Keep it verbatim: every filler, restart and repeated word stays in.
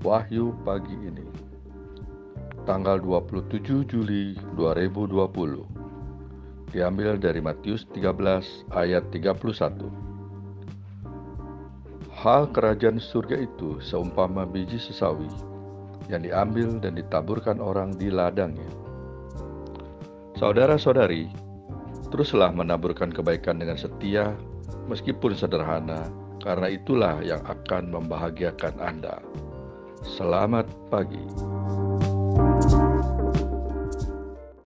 Wahyu pagi ini, tanggal dua puluh tujuh Juli dua ribu dua puluh, diambil dari Matius tiga belas ayat tiga puluh satu. Hal kerajaan surga itu seumpama biji sesawi yang diambil dan ditaburkan orang di ladangnya. Saudara-saudari, teruslah menaburkan kebaikan dengan setia, meskipun sederhana, karena itulah yang akan membahagiakan Anda. Selamat pagi.